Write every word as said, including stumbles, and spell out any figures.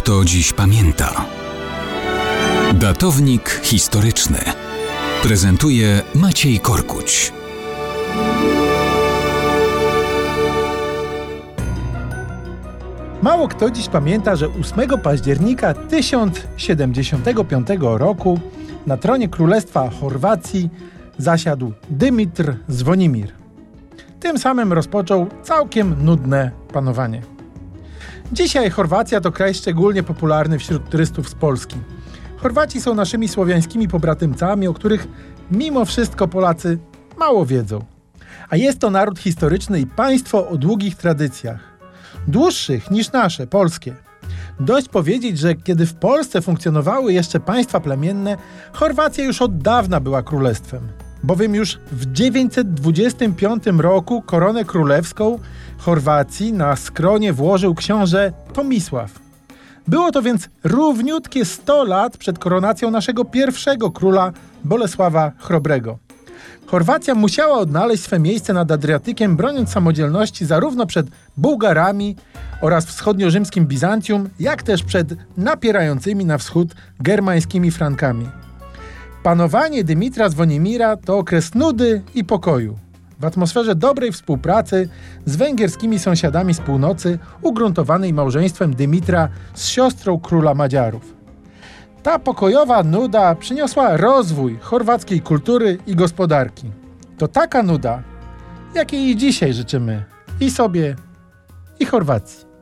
kto dziś pamięta. Datownik historyczny prezentuje Maciej Korkuć. Mało kto dziś pamięta, że ósmego października tysiąc siedemdziesiątego piątego roku na tronie Królestwa Chorwacji zasiadł Dymitr Zwonimir. Tym samym rozpoczął całkiem nudne panowanie. Dzisiaj Chorwacja to kraj szczególnie popularny wśród turystów z Polski. Chorwaci są naszymi słowiańskimi pobratymcami, o których mimo wszystko Polacy mało wiedzą. A jest to naród historyczny i państwo o długich tradycjach. Dłuższych niż nasze, polskie. Dość powiedzieć, że kiedy w Polsce funkcjonowały jeszcze państwa plemienne, Chorwacja już od dawna była królestwem. Bowiem już w dziewięćset dwudziestym piątym roku koronę królewską Chorwacji na skronie włożył książę Tomisław. Było to więc równiutkie sto lat przed koronacją naszego pierwszego króla Bolesława Chrobrego. Chorwacja musiała odnaleźć swe miejsce nad Adriatykiem, broniąc samodzielności zarówno przed Bułgarami oraz wschodniorzymskim Bizancjum, jak też przed napierającymi na wschód germańskimi Frankami. Panowanie Dymitra Zwonimira to okres nudy i pokoju. W atmosferze dobrej współpracy z węgierskimi sąsiadami z północy, ugruntowanej małżeństwem Dymitra z siostrą króla Madziarów. Ta pokojowa nuda przyniosła rozwój chorwackiej kultury i gospodarki. To taka nuda, jakiej i dzisiaj życzymy i sobie, i Chorwacji.